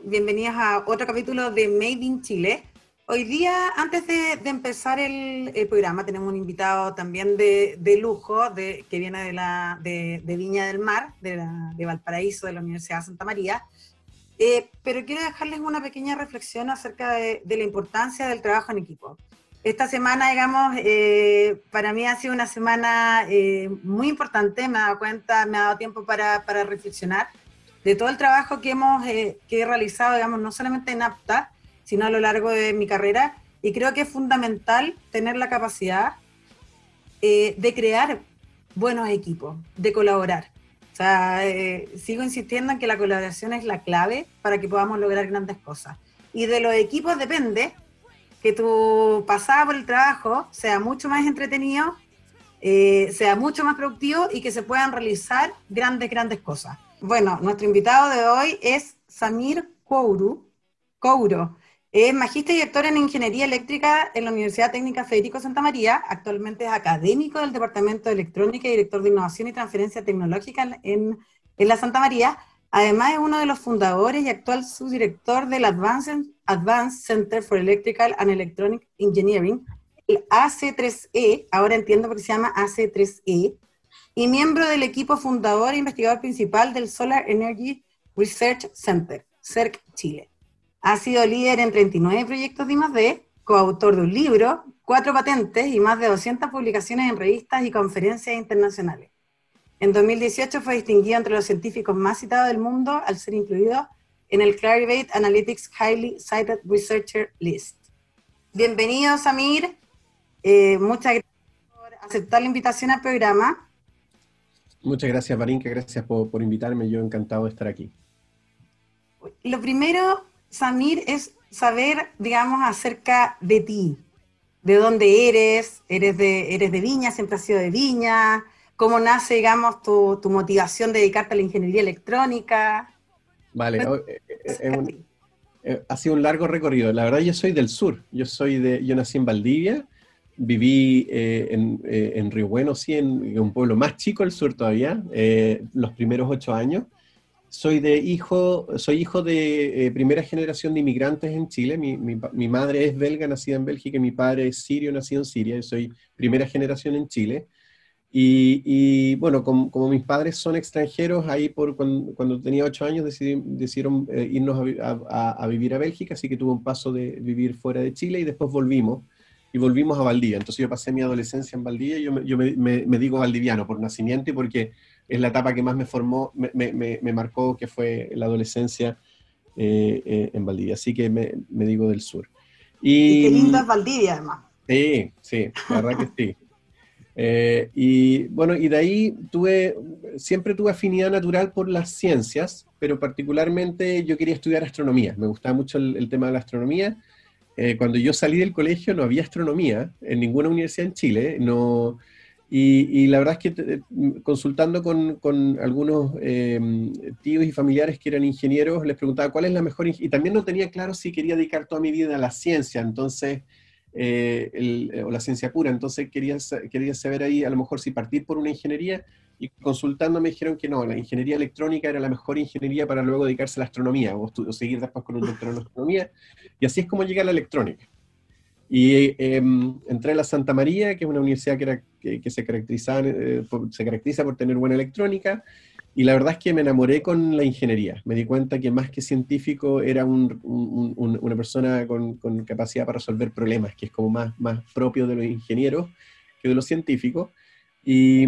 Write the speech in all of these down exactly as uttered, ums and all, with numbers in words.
Bienvenidos a otro capítulo de Made in Chile. Hoy día, antes de, de empezar el, el programa, tenemos un invitado también de, de lujo, de, que viene de, la, de, de Viña del Mar, de, la, de Valparaíso, de la Universidad de Santa María. Eh, pero quiero dejarles una pequeña reflexión acerca de, de la importancia del trabajo en equipo. Esta semana, digamos, eh, para mí ha sido una semana eh, muy importante, me he dado cuenta, me ha dado tiempo para, para reflexionar de todo el trabajo que, hemos, eh, que he realizado, digamos, no solamente en APTA, sino a lo largo de mi carrera, y creo que es fundamental tener la capacidad eh, de crear buenos equipos, de colaborar. O sea, eh, sigo insistiendo en que la colaboración es la clave para que podamos lograr grandes cosas. Y de los equipos depende que tu pasada por el trabajo sea mucho más entretenido, eh, sea mucho más productivo y que se puedan realizar grandes, grandes cosas. Bueno, nuestro invitado de hoy es Samir Kouro. Kouro. Es magíster y doctor en Ingeniería Eléctrica en la Universidad Técnica Federico Santa María. Actualmente es académico del Departamento de Electrónica y director de Innovación y Transferencia Tecnológica en, en la Santa María. Además es uno de los fundadores y actual subdirector del Advanced, Advanced Center for Electrical and Electronic Engineering, el A C tres E, ahora entiendo por qué se llama A C tres E, y miembro del equipo fundador e investigador principal del Solar Energy Research Center, C E R C Chile. Ha sido líder en treinta y nueve proyectos de I más D, coautor de un libro, cuatro patentes y más de doscientas publicaciones en revistas y conferencias internacionales. En dos mil dieciocho fue distinguido entre los científicos más citados del mundo al ser incluido en el Clarivate Analytics Highly Cited Researcher List. Bienvenido, Samir. Eh, muchas gracias por aceptar la invitación al programa. Muchas gracias, Marinka, gracias por, por invitarme, yo encantado de estar aquí. Lo primero, Samir, es saber, digamos, acerca de ti, de dónde eres, eres de, eres de Viña, siempre has sido de Viña, cómo nace, digamos, tu, tu motivación de dedicarte a la ingeniería electrónica. Vale, eh, eh, un, eh, ha sido un largo recorrido, la verdad yo soy del sur, yo, soy de, yo nací en Valdivia, viví eh, en, eh, en Río Bueno, sí, en, en un pueblo más chico del sur todavía, eh, los primeros ocho años. Soy de hijo, soy hijo de eh, primera generación de inmigrantes en Chile. Mi, mi, mi madre es belga, nacida en Bélgica, y mi padre es sirio, nacido en Siria. Yo soy primera generación en Chile. Y, y bueno, como, como mis padres son extranjeros, ahí por cuando, cuando tenía ocho años decidí, decidieron eh, irnos a, a, a vivir a Bélgica, así que tuve un paso de vivir fuera de Chile y después volvimos. Y volvimos a Valdivia. Entonces yo pasé mi adolescencia en Valdivia y yo, me, yo me, me, me digo valdiviano por nacimiento y porque es la etapa que más me formó, me, me, me marcó, que fue la adolescencia eh, eh, en Valdivia. Así que me, me digo del sur. Y qué lindo Y es Valdivia, además. sí, sí, la verdad que sí. Eh, y bueno, y de ahí tuve, siempre tuve afinidad natural por las ciencias, pero particularmente yo quería estudiar astronomía. Me gustaba mucho el, el tema de la astronomía. Eh, cuando yo salí del colegio no había astronomía en ninguna universidad en Chile, no, y, y la verdad es que te, consultando con, con algunos eh, tíos y familiares que eran ingenieros, les preguntaba cuál es la mejor, y también no tenía claro si quería dedicar toda mi vida a la ciencia, entonces, eh, el, o la ciencia pura, entonces quería, quería saber ahí a lo mejor si partir por una ingeniería, y consultando me dijeron que no, la ingeniería electrónica era la mejor ingeniería para luego dedicarse a la astronomía, o, o seguir después con un doctorado en astronomía, y así es como llegué a la electrónica. Y eh, entré a la Santa María, que es una universidad que, era, que, que se, caracteriza, eh, por, se caracteriza por tener buena electrónica, y la verdad es que me enamoré con la ingeniería. Me di cuenta que más que científico era un, un, un, una persona con, con capacidad para resolver problemas, que es como más, más propio de los ingenieros que de los científicos. Y,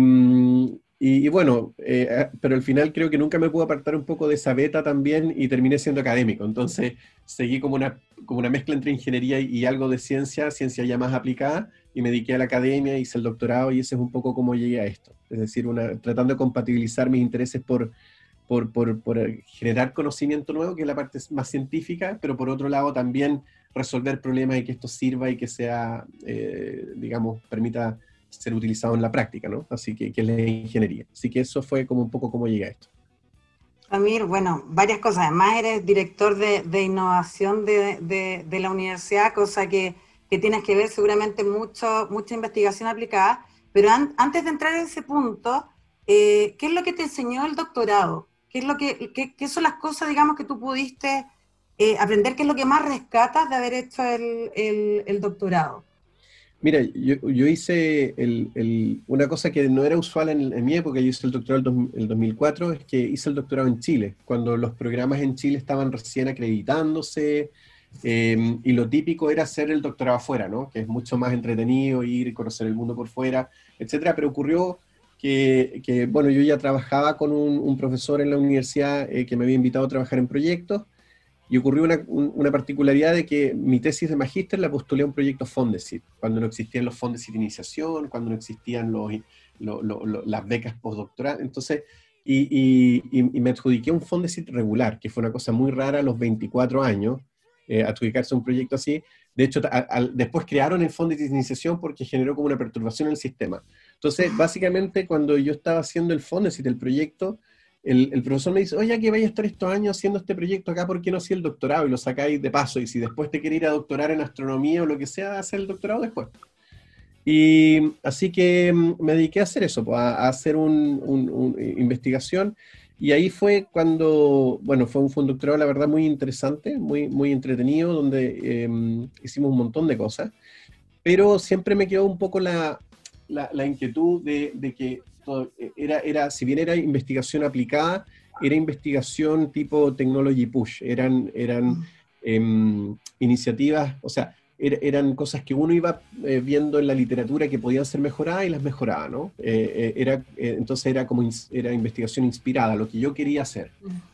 y, y bueno, eh, pero al final creo que nunca me pude apartar un poco de esa beta también y terminé siendo académico. Entonces seguí como una, como una mezcla entre ingeniería y algo de ciencia, ciencia ya más aplicada, y me dediqué a la academia, hice el doctorado y ese es un poco cómo llegué a esto. Es decir, una, tratando de compatibilizar mis intereses por, por, por, por generar conocimiento nuevo, que es la parte más científica, pero por otro lado también resolver problemas y que esto sirva y que sea, eh, digamos, permita ser utilizado en la práctica, ¿no? Así que, que es la ingeniería. Así que eso fue como un poco cómo llegué a esto. Samir, bueno, varias cosas. Además eres director de, de innovación de, de, de la universidad, cosa que, que tienes que ver seguramente mucho, mucha investigación aplicada. Pero an, antes de entrar en ese punto, eh, ¿qué es lo que te enseñó el doctorado? ¿Qué, es lo que, qué, qué son las cosas, digamos, que tú pudiste eh, aprender qué es lo que más rescatas de haber hecho el, el, el doctorado. Mira, yo, yo hice el, el, una cosa que no era usual en, en mi época, yo hice el doctorado el, dos, el dos mil cuatro, es que hice el doctorado en Chile, cuando los programas en Chile estaban recién acreditándose, eh, y lo típico era hacer el doctorado afuera, ¿no? Que es mucho más entretenido, ir y conocer el mundo por fuera, etcétera. Pero ocurrió que, que bueno, yo ya trabajaba con un, un profesor en la universidad eh, que me había invitado a trabajar en proyectos, y ocurrió una, una particularidad de que mi tesis de magíster la postulé a un proyecto Fondesit, cuando no existían los Fondesit de iniciación, cuando no existían los, lo, lo, lo, las becas postdoctorales. Entonces, y, y, y me adjudiqué un Fondesit regular, que fue una cosa muy rara a los veinticuatro años, eh, adjudicarse a un proyecto así. De hecho, a, a, después crearon el Fondesit de iniciación porque generó como una perturbación en el sistema. Entonces, básicamente, cuando yo estaba haciendo el Fondesit, el proyecto, El, el profesor me dice, oye, que vaya a estar estos años haciendo este proyecto acá, ¿por qué no hacía el doctorado? Y lo sacáis de paso, y si después te quiere ir a doctorar en astronomía o lo que sea, hacer el doctorado después. Y así que me dediqué a hacer eso, a, a hacer una un, un investigación, y ahí fue cuando, bueno, fue un, fue un doctorado, la verdad, muy interesante, muy, muy entretenido, donde eh, hicimos un montón de cosas, pero siempre me quedó un poco la, la, la inquietud de, de que Era, era, si bien era investigación aplicada, era investigación tipo technology push, eran, eran eh, iniciativas, o sea, er, eran cosas que uno iba eh, viendo en la literatura que podían ser mejoradas y las mejoraba, ¿no? Eh, eh, era, eh, entonces era como ins, era investigación inspirada, lo que yo quería hacer.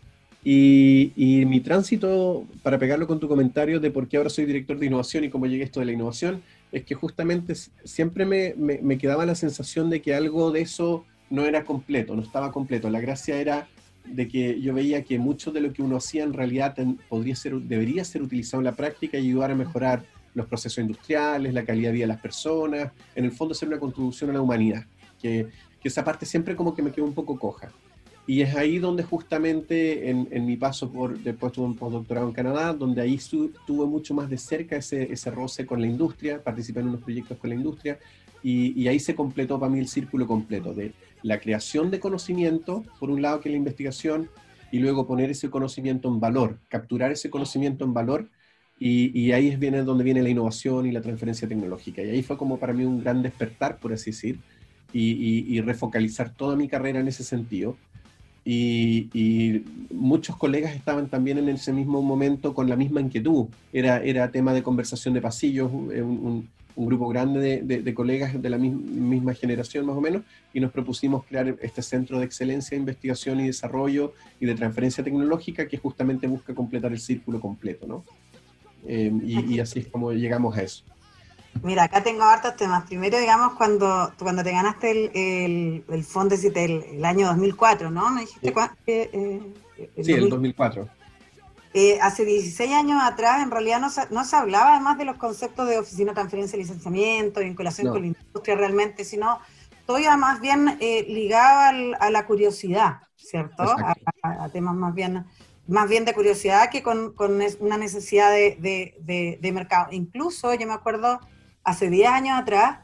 Y, y mi tránsito, para pegarlo con tu comentario de por qué ahora soy director de innovación y cómo llegué a esto de la innovación, es que justamente siempre me, me, me quedaba la sensación de que algo de eso no era completo, no estaba completo. La gracia era de que yo veía que mucho de lo que uno hacía en realidad ten, podría ser, debería ser utilizado en la práctica y ayudar a mejorar los procesos industriales, la calidad de vida de las personas, en el fondo ser una contribución a la humanidad, que, que esa parte siempre como que me quedó un poco coja. Y es ahí donde justamente en, en mi paso por, después tuve un postdoctorado en Canadá, donde ahí su, tuve mucho más de cerca ese, ese roce con la industria, participé en unos proyectos con la industria, y, y ahí se completó para mí el círculo completo de la creación de conocimiento, por un lado que es la investigación, y luego poner ese conocimiento en valor, capturar ese conocimiento en valor, y, y ahí es viene donde viene la innovación y la transferencia tecnológica. Y ahí fue como para mí un gran despertar, por así decir, y, y, y refocalizar toda mi carrera en ese sentido. Y, y muchos colegas estaban también en ese mismo momento con la misma inquietud. Era, era tema de conversación de pasillos, un, un, un grupo grande de, de, de colegas de la misma, misma generación más o menos, y nos propusimos crear este centro de excelencia de investigación y desarrollo y de transferencia tecnológica que justamente busca completar el círculo completo, ¿no? Eh, y, y así es como llegamos a eso. Mira, acá tengo hartos temas. Primero, digamos, cuando, cuando te ganaste el, el, el Fondesit el, el año dos mil cuatro, ¿no? Me dijiste Sí, que... Eh, el sí, el dos mil cuatro. Eh, hace dieciséis años atrás, en realidad, no se, no se hablaba además de los conceptos de oficina, transferencia, licenciamiento, vinculación No, con la industria realmente, sino todo iba más bien eh, ligado al, a la curiosidad, ¿cierto? A, exacto. a, a temas más bien, más bien de curiosidad que con, con una necesidad de, de, de, de mercado. Incluso, yo me acuerdo, hace diez años atrás,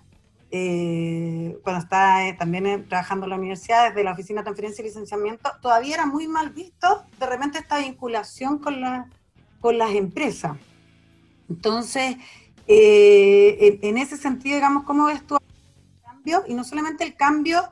eh, cuando estaba eh, también eh, trabajando en la universidad, desde la oficina de transferencia y licenciamiento, todavía era muy mal visto de repente esta vinculación con, la, con las empresas. Entonces, eh, en, en ese sentido, digamos, ¿cómo ves tú el cambio? Y no solamente el cambio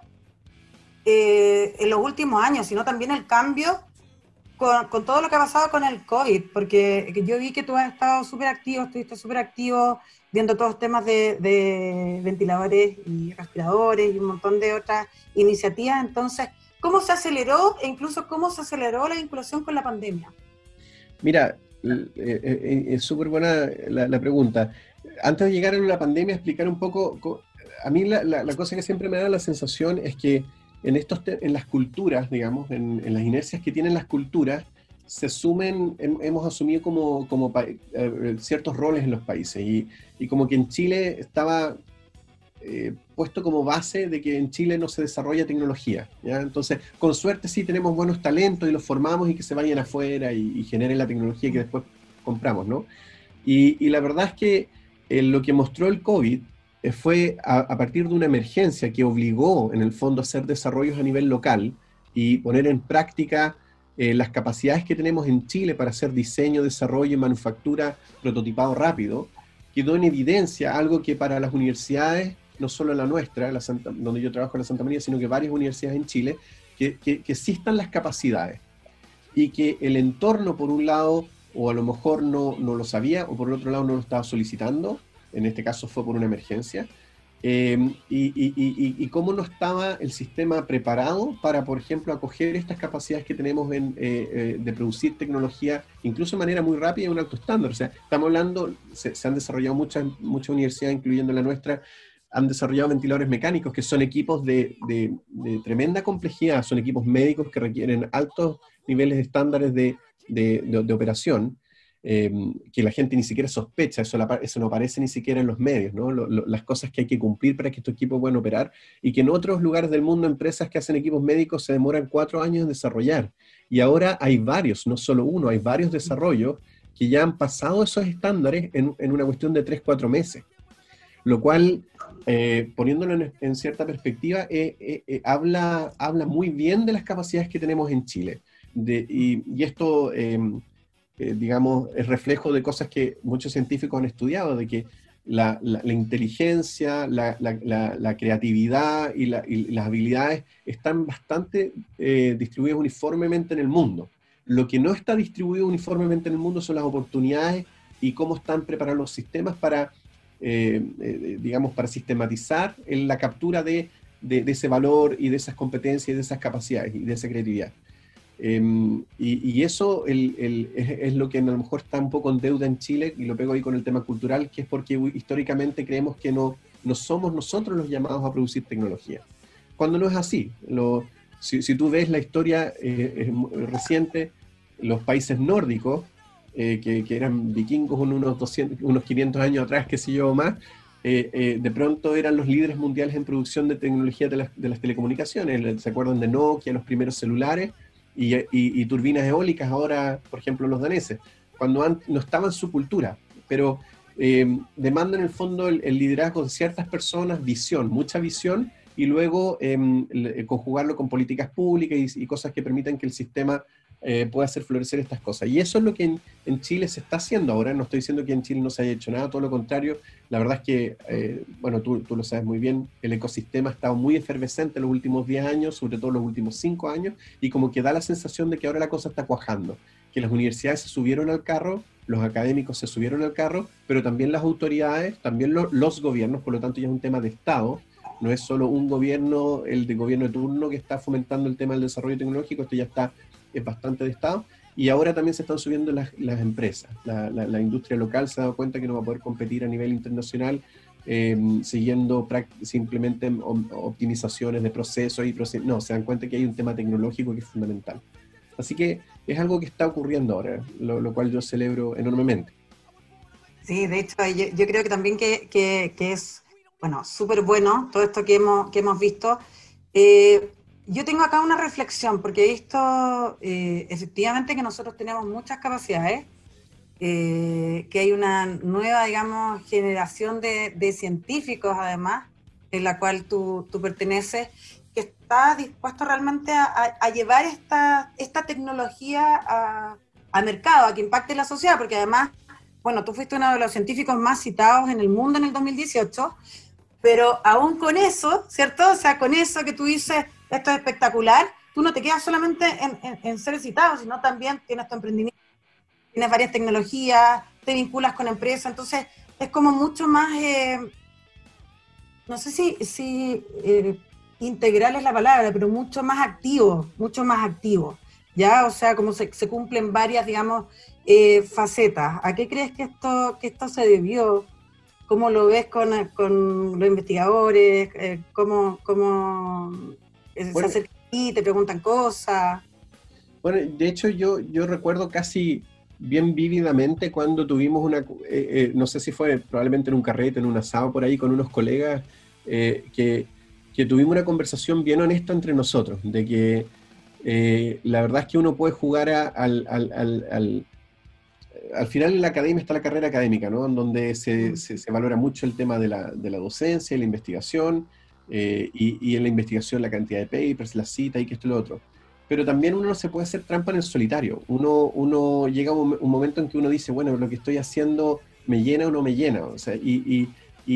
eh, en los últimos años, sino también el cambio con, con todo lo que ha pasado con el COVID, porque yo vi que tú has estado súper activo, estuviste súper activo viendo todos los temas de, de ventiladores y respiradores y un montón de otras iniciativas. Entonces, ¿cómo se aceleró e incluso cómo se aceleró la vinculación con la pandemia? Mira, eh, eh, es súper buena la, la pregunta. Antes de llegar a la pandemia, explicar un poco, a mí la, la, la cosa que siempre me da la sensación es que en, estos en las culturas, digamos, en, en las inercias que tienen las culturas, se sumen, hemos asumido como, como eh, ciertos roles en los países, y, y como que en Chile estaba eh, puesto como base de que en Chile no se desarrolla tecnología, ¿ya? Entonces, con suerte sí tenemos buenos talentos y los formamos y que se vayan afuera y, y generen la tecnología que después compramos, ¿no? Y, y la verdad es que eh, lo que mostró el COVID eh, fue a, a partir de una emergencia que obligó en el fondo a hacer desarrollos a nivel local y poner en práctica eh, las capacidades que tenemos en Chile para hacer diseño, desarrollo y manufactura prototipado rápido, quedó en evidencia algo que para las universidades, no solo la nuestra, la Santa, donde yo trabajo en la Santa María, sino que varias universidades en Chile, que, que, que existan las capacidades y que el entorno, por un lado, o a lo mejor no, no lo sabía, o por el otro lado no lo estaba solicitando, en este caso fue por una emergencia, eh, y, y, y, y cómo no estaba el sistema preparado para, por ejemplo, acoger estas capacidades que tenemos en, eh, eh, de producir tecnología, incluso de manera muy rápida y un alto estándar. O sea, estamos hablando, se, se han desarrollado muchas, muchas universidades, incluyendo la nuestra, han desarrollado ventiladores mecánicos, que son equipos de, de, de tremenda complejidad, son equipos médicos que requieren altos niveles de estándares de, de, de, de operación, eh, que la gente ni siquiera sospecha, eso, la, eso no aparece ni siquiera en los medios, ¿no? Lo, lo, las cosas que hay que cumplir para que estos equipos puedan operar, y que en otros lugares del mundo, empresas que hacen equipos médicos se demoran cuatro años en desarrollar, y ahora hay varios, no solo uno, hay varios desarrollos que ya han pasado esos estándares en, en una cuestión de tres, cuatro meses. Lo cual, eh, poniéndolo en, en cierta perspectiva, eh, eh, eh, habla, habla muy bien de las capacidades que tenemos en Chile. De, y, y esto, eh, eh, digamos, es reflejo de cosas que muchos científicos han estudiado, de que la, la, la inteligencia, la, la, la, la creatividad y, la, y las habilidades están bastante eh, distribuidas uniformemente en el mundo. Lo que no está distribuido uniformemente en el mundo son las oportunidades y cómo están preparados los sistemas para... Eh, eh, digamos, para sistematizar en la captura de, de, de ese valor y de esas competencias y de esas capacidades y de esa creatividad. Eh, y, y eso el, el, es, es lo que a lo mejor está un poco en deuda en Chile, y lo pego ahí con el tema cultural, que es porque históricamente creemos que no, no somos nosotros los llamados a producir tecnología, cuando no es así. Lo, si, si tú ves la historia eh, reciente, los países nórdicos, Eh, que, que eran vikingos unos, doscientos, unos quinientos años atrás, qué sé yo, más, eh, eh, de pronto eran los líderes mundiales en producción de tecnología de las, de las telecomunicaciones. ¿Se acuerdan de Nokia, los primeros celulares? Y, y, y turbinas eólicas ahora, por ejemplo, los daneses, cuando han, no estaba en su cultura, pero eh, demandan en el fondo el, el liderazgo de ciertas personas, visión, mucha visión, y luego eh, conjugarlo con políticas públicas y, y cosas que permitan que el sistema Eh, puede hacer florecer estas cosas. Y eso es lo que en, en Chile se está haciendo ahora. No estoy diciendo que en Chile no se haya hecho nada, todo lo contrario. La verdad es que, eh, bueno, tú, tú lo sabes muy bien, el ecosistema ha estado muy efervescente en los últimos diez años, sobre todo en los últimos cinco años, y como que da la sensación de que ahora la cosa está cuajando, que las universidades se subieron al carro, los académicos se subieron al carro, pero también las autoridades, también lo, los gobiernos, por lo tanto ya es un tema de Estado. No es solo un gobierno, el de gobierno de turno, que está fomentando el tema del desarrollo tecnológico, esto ya está, es bastante de Estado, y ahora también se están subiendo las, las empresas. La, la, la industria local se ha dado cuenta que no va a poder competir a nivel internacional eh, siguiendo simplemente optimizaciones de procesos y procesos. No, se dan cuenta que hay un tema tecnológico que es fundamental. Así que es algo que está ocurriendo ahora, lo, lo cual yo celebro enormemente. Sí, de hecho, yo, yo creo que también que, que, que es, bueno, súper bueno todo esto que hemos, que hemos visto. Eh, Yo tengo acá una reflexión, porque he visto eh, efectivamente que nosotros tenemos muchas capacidades, eh, que hay una nueva, digamos, generación de, de científicos, además, en la cual tú, tú perteneces, que está dispuesto realmente a, a, a llevar esta, esta tecnología a, a mercado, a que impacte la sociedad, porque además, bueno, tú fuiste uno de los científicos más citados en el mundo en el dos mil dieciocho, pero aún con eso, ¿cierto? O sea, con eso que tú dices, esto es espectacular, tú no te quedas solamente en, en, en ser citado, sino también tienes tu emprendimiento, tienes varias tecnologías, te vinculas con empresas, entonces es como mucho más, eh, no sé si, si eh, integral es la palabra, pero mucho más activo, mucho más activo, ¿ya? O sea, como se, se cumplen varias, digamos, eh, facetas. ¿A qué crees que esto, que esto se debió? ¿Cómo lo ves con, con los investigadores? Eh, ¿Cómo, cómo se Bueno, acercan y te preguntan cosas? Bueno, de hecho yo, yo recuerdo casi bien vívidamente cuando tuvimos una, eh, eh, no sé si fue probablemente en un carrete, en un asado por ahí con unos colegas, eh, que, que tuvimos una conversación bien honesta entre nosotros, de que eh, la verdad es que uno puede jugar a, al, al, al, al al final en la academia está la carrera académica, ¿no? En donde se, se, se valora mucho el tema de la, de la docencia y la investigación, eh, y, y en la investigación la cantidad de papers, la cita y que esto y lo otro. pero también uno no se puede hacer trampa en el solitario. Uno, uno llega a un, un momento en que uno dice, bueno, lo que estoy haciendo me llena o no me llena. O sea, y, y,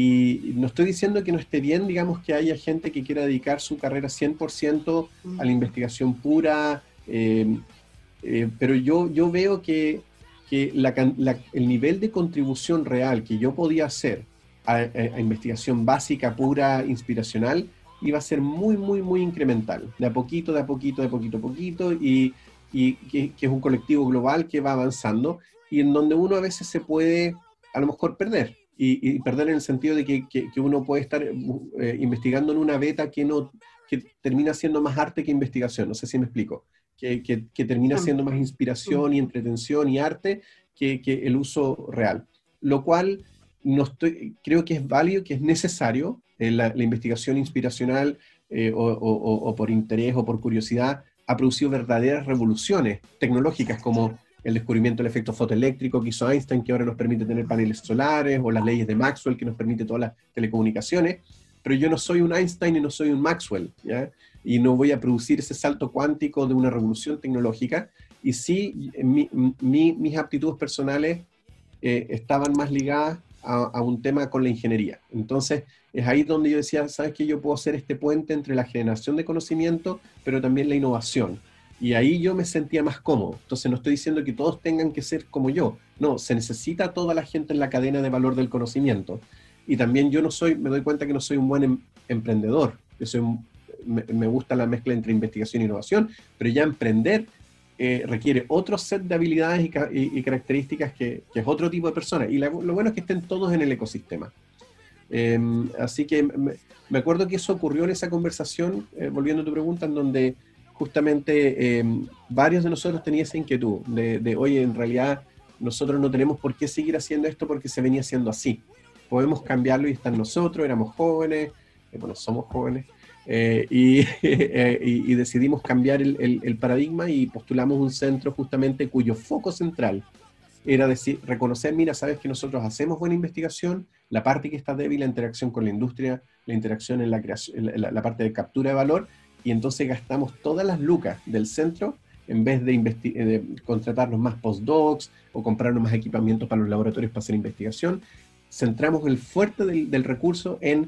y no estoy diciendo que no esté bien, digamos, que haya gente que quiera dedicar su carrera cien por ciento a la investigación pura, eh, eh, pero yo, yo veo que, que la, la, el nivel de contribución real que yo podía hacer a, a, a investigación básica, pura, inspiracional, iba a ser muy, muy, muy incremental, de a poquito, de a poquito, de poquito a poquito, y, y que, que es un colectivo global que va avanzando, y en donde uno a veces se puede, a lo mejor, perder, y, y perder en el sentido de que, que, que uno puede estar eh, investigando en una beta que, no, que termina siendo más arte que investigación, no sé si me explico, que, que, que termina siendo más inspiración y entretención y arte que, que el uso real, lo cual no estoy, creo que es válido, que es necesario. La, la investigación inspiracional eh, o, o, o por interés o por curiosidad ha producido verdaderas revoluciones tecnológicas, como el descubrimiento del efecto fotoeléctrico que hizo Einstein, que ahora nos permite tener paneles solares, o las leyes de Maxwell, que nos permite todas las telecomunicaciones. Pero yo no soy un Einstein y no soy un Maxwell, ¿ya? Y no voy a producir ese salto cuántico de una revolución tecnológica. Y sí, mi, mi, mis aptitudes personales eh, estaban más ligadas a, a un tema con la ingeniería. Entonces, es ahí donde yo decía, ¿sabes qué? Yo puedo hacer este puente entre la generación de conocimiento, pero también la innovación. Y ahí yo me sentía más cómodo. Entonces, no estoy diciendo que todos tengan que ser como yo. No, se necesita toda la gente en la cadena de valor del conocimiento. Y también yo no soy, me doy cuenta que no soy un buen em, emprendedor. Yo soy un, me, me gusta la mezcla entre investigación e innovación, pero ya emprender eh, requiere otro set de habilidades y, y, y características que, que es otro tipo de persona. Y la, lo bueno es que estén todos en el ecosistema. Eh, así que me, me acuerdo que eso ocurrió en esa conversación, eh, volviendo a tu pregunta, en donde justamente eh, varios de nosotros tenían esa inquietud de, de, oye, en realidad nosotros no tenemos por qué seguir haciendo esto porque se venía haciendo así. Podemos cambiarlo y estar nosotros, éramos jóvenes, eh, bueno, somos jóvenes, eh, y, eh, y, y decidimos cambiar el, el, el paradigma y postulamos un centro justamente cuyo foco central era decir, reconocer, mira, sabes que nosotros hacemos buena investigación, la parte que está débil, la interacción con la industria, la interacción en la, creación, en la, la parte de captura de valor, y entonces gastamos todas las lucas del centro en vez de, de contratarnos más postdocs o comprarnos más equipamientos para los laboratorios para hacer investigación. Centramos el fuerte del, del recurso en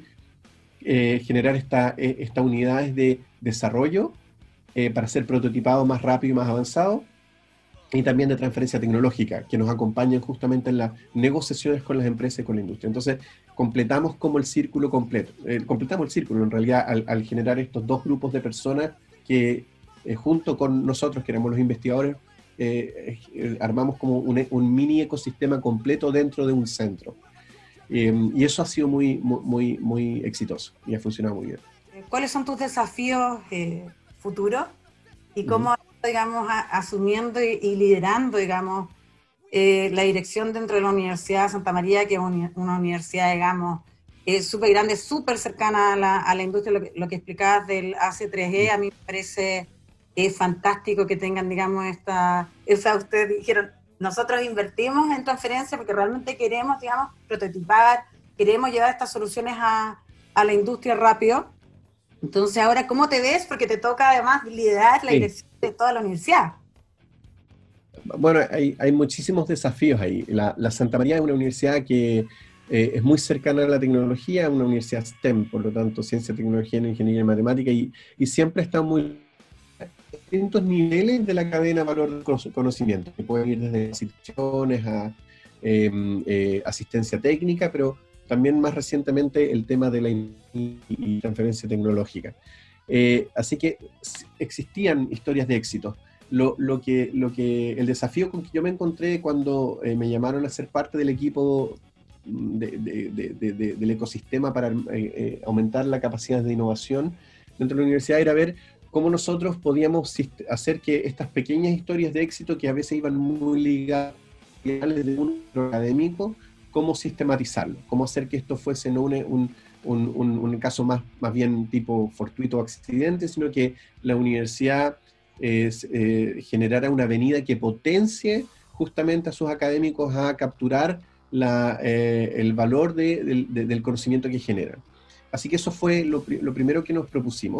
eh, generar esta, eh, estas unidades de desarrollo eh, para ser prototipado más rápido y más avanzado, y también de transferencia tecnológica, que nos acompañan justamente en las negociaciones con las empresas y con la industria. Entonces, completamos como el círculo completo. Eh, completamos el círculo, en realidad, al, al generar estos dos grupos de personas que, eh, junto con nosotros, que éramos los investigadores, eh, eh, armamos como un, un mini ecosistema completo dentro de un centro. Eh, y eso ha sido muy, muy, muy exitoso y ha funcionado muy bien. ¿Cuáles son tus desafíos eh, futuros? ¿Y cómo... Uh-huh. digamos, a, asumiendo y, y liderando, digamos, eh, la dirección dentro de la Universidad de Santa María, que es un, una universidad, digamos, eh, súper grande, súper cercana a la, a la industria? Lo que, lo que explicabas del A C tres E, a mí me parece eh, fantástico que tengan, digamos, esta... O sea, ustedes dijeron, nosotros invertimos en transferencia porque realmente queremos, digamos, prototipar, queremos llevar estas soluciones a, a la industria rápido. Entonces, ahora, ¿cómo te ves? Porque te toca, además, liderar la sí. dirección de toda la universidad. Bueno, hay, hay muchísimos desafíos ahí. La, la Santa María es una universidad que eh, es muy cercana a la tecnología, una universidad S T E M, por lo tanto, ciencia, tecnología, ingeniería y matemática, y, y siempre está muy a distintos niveles de la cadena de valor del conocimiento, que pueden ir desde instituciones a eh, eh, asistencia técnica, pero también más recientemente el tema de la y transferencia tecnológica. Eh, así que existían historias de éxito. Lo, lo, que, lo que, el desafío con que yo me encontré cuando eh, me llamaron a ser parte del equipo de, de, de, de, del ecosistema para eh, eh, aumentar la capacidad de innovación dentro de la universidad era ver cómo nosotros podíamos hacer que estas pequeñas historias de éxito, que a veces iban muy ligadas desde un académico, cómo sistematizarlo, cómo hacer que esto fuese no un, un, un, un caso más, más bien tipo fortuito o accidente, sino que la universidad eh, eh, generara una avenida que potencie justamente a sus académicos a capturar la, eh, el valor de, de, de, del conocimiento que generan. Así que eso fue lo, lo primero que nos propusimos.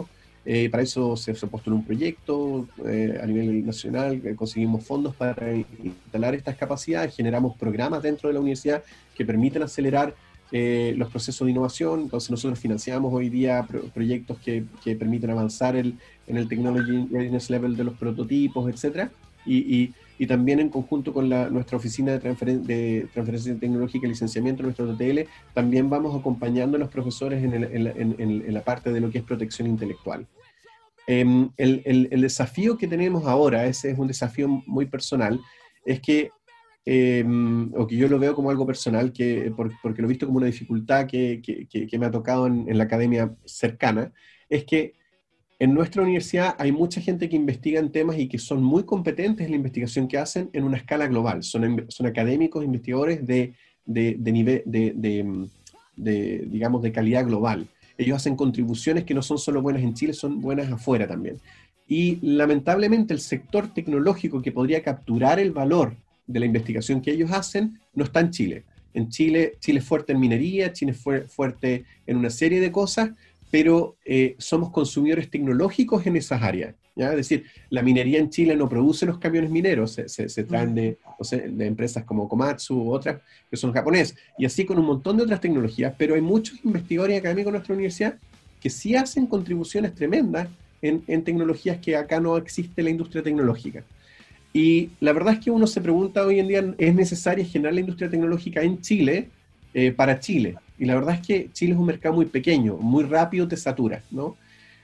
Eh, para eso se, se postuló un proyecto eh, a nivel nacional, eh, conseguimos fondos para instalar estas capacidades, generamos programas dentro de la universidad que permiten acelerar eh, los procesos de innovación. Entonces nosotros financiamos hoy día pro proyectos que, que permiten avanzar el, en el Technology Readiness Level de los prototipos, etcétera. Y, y, y también en conjunto con la, nuestra oficina de, transferen de transferencia tecnológica y licenciamiento, nuestro T T L, también vamos acompañando a los profesores en, el, en, la, en, en la parte de lo que es protección intelectual. Eh, el, el, el desafío que tenemos ahora, ese es un desafío muy personal, es que, eh, o que yo lo veo como algo personal, que, porque lo he visto como una dificultad que, que, que, que me ha tocado en, en la academia cercana, es que en nuestra universidad hay mucha gente que investiga en temas y que son muy competentes en la investigación que hacen en una escala global. Son, son académicos, investigadores de, de, de nivel, de, de, de, digamos, de calidad global. Ellos hacen contribuciones que no son solo buenas en Chile, son buenas afuera también. Y lamentablemente el sector tecnológico que podría capturar el valor de la investigación que ellos hacen no está en Chile. En Chile, Chile es fuerte en minería, Chile es fuerte en una serie de cosas, pero eh, somos consumidores tecnológicos en esas áreas, ¿ya? Es decir, la minería en Chile no produce los camiones mineros, se, se, se traen de, no sé, de empresas como Komatsu u otras que son japonesas, y así con un montón de otras tecnologías, pero hay muchos investigadores académicos en nuestra universidad que sí hacen contribuciones tremendas en, en tecnologías que acá no existe la industria tecnológica. Y la verdad es que uno se pregunta hoy en día, ¿es necesaria generar la industria tecnológica en Chile eh, para Chile? Y la verdad es que Chile es un mercado muy pequeño, muy rápido te satura, ¿no?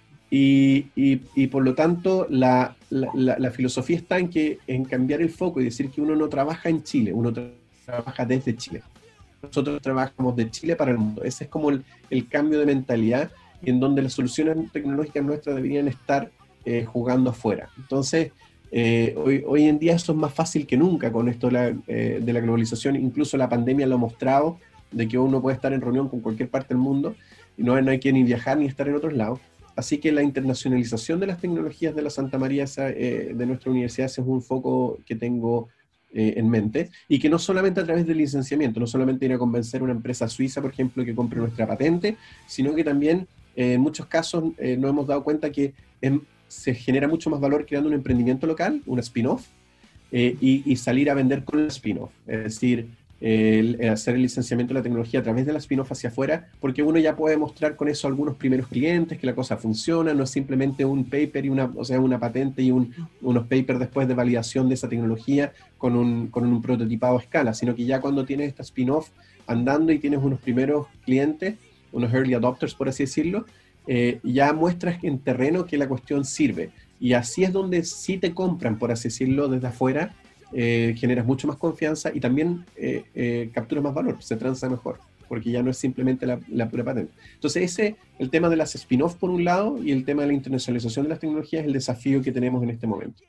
Y, y, y por lo tanto, la, la, la filosofía está en, que, en cambiar el foco y decir que uno no trabaja en Chile, uno tra trabaja desde Chile. Nosotros trabajamos de Chile para el mundo. Ese es como el, el cambio de mentalidad en donde las soluciones tecnológicas nuestras deberían estar eh, jugando afuera. Entonces, eh, hoy, hoy en día eso es más fácil que nunca con esto de la, eh, de la globalización. Incluso la pandemia lo ha mostrado, de que uno puede estar en reunión con cualquier parte del mundo y no, no hay que ni viajar ni estar en otros lados. Así que la internacionalización de las tecnologías de la Santa María, eh, de nuestra universidad, ese es un foco que tengo eh, en mente, y que no solamente a través del licenciamiento, no solamente ir a convencer a una empresa suiza, por ejemplo, que compre nuestra patente, sino que también eh, en muchos casos eh, nos hemos dado cuenta que en, se genera mucho más valor creando un emprendimiento local, un spin-off, eh, y, y salir a vender con el spin-off. Es decir, El, el hacer el licenciamiento de la tecnología a través de la spin-off hacia afuera, porque uno ya puede mostrar con eso a algunos primeros clientes que la cosa funciona, no es simplemente un paper y una, o sea, una patente y un, unos papers después de validación de esa tecnología con un, con un prototipado a escala, sino que ya cuando tienes esta spin-off andando y tienes unos primeros clientes, unos early adopters, por así decirlo, eh, ya muestras en terreno que la cuestión sirve. Y así es donde sí te compran, por así decirlo, desde afuera. Eh, generas mucho más confianza y también eh, eh, capturas más valor, se transa mejor, porque ya no es simplemente la, la pura patente. Entonces ese, el tema de las spin-off por un lado y el tema de la internacionalización de las tecnologías es el desafío que tenemos en este momento.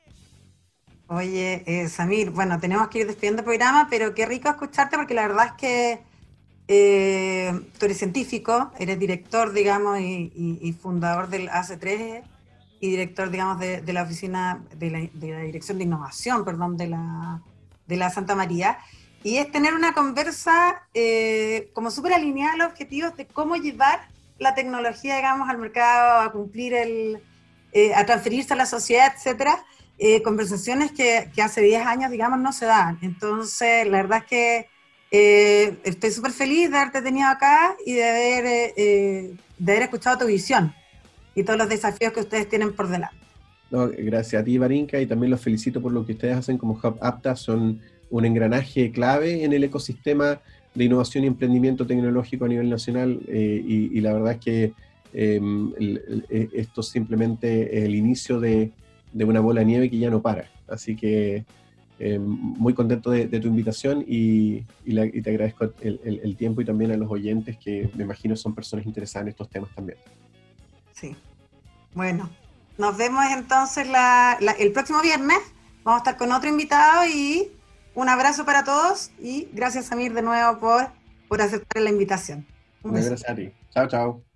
Oye, eh, Samir, bueno, tenemos que ir despidiendo el programa, pero qué rico escucharte porque la verdad es que eh, tú eres científico, eres director, digamos, y, y, y fundador del A C tres y director, digamos, de, de la oficina, de la, de la Dirección de Innovación, perdón, de la, de la Santa María, y es tener una conversa eh, como súper alineada a los objetivos de cómo llevar la tecnología, digamos, al mercado, a cumplir el, eh, a transferirse a la sociedad, etcétera, eh, conversaciones que, que hace diez años, digamos, no se daban. Entonces, la verdad es que eh, estoy súper feliz de haberte tenido acá y de haber, eh, de haber escuchado tu visión y todos los desafíos que ustedes tienen por delante. No, gracias a ti, Barinka, y también los felicito por lo que ustedes hacen como Hub Apta. Son un engranaje clave en el ecosistema de innovación y emprendimiento tecnológico a nivel nacional, eh, y, y la verdad es que eh, el, el, esto simplemente es el inicio de, de una bola de nieve que ya no para. Así que eh, muy contento de, de tu invitación y, y, la, y te agradezco el, el, el tiempo, y también a los oyentes que me imagino son personas interesadas en estos temas también. Sí. Bueno, nos vemos entonces la, la, el próximo viernes. Vamos a estar con otro invitado y un abrazo para todos y gracias, Samir, de nuevo por, por aceptar la invitación. Un beso. Gracias a ti. Chao, chao.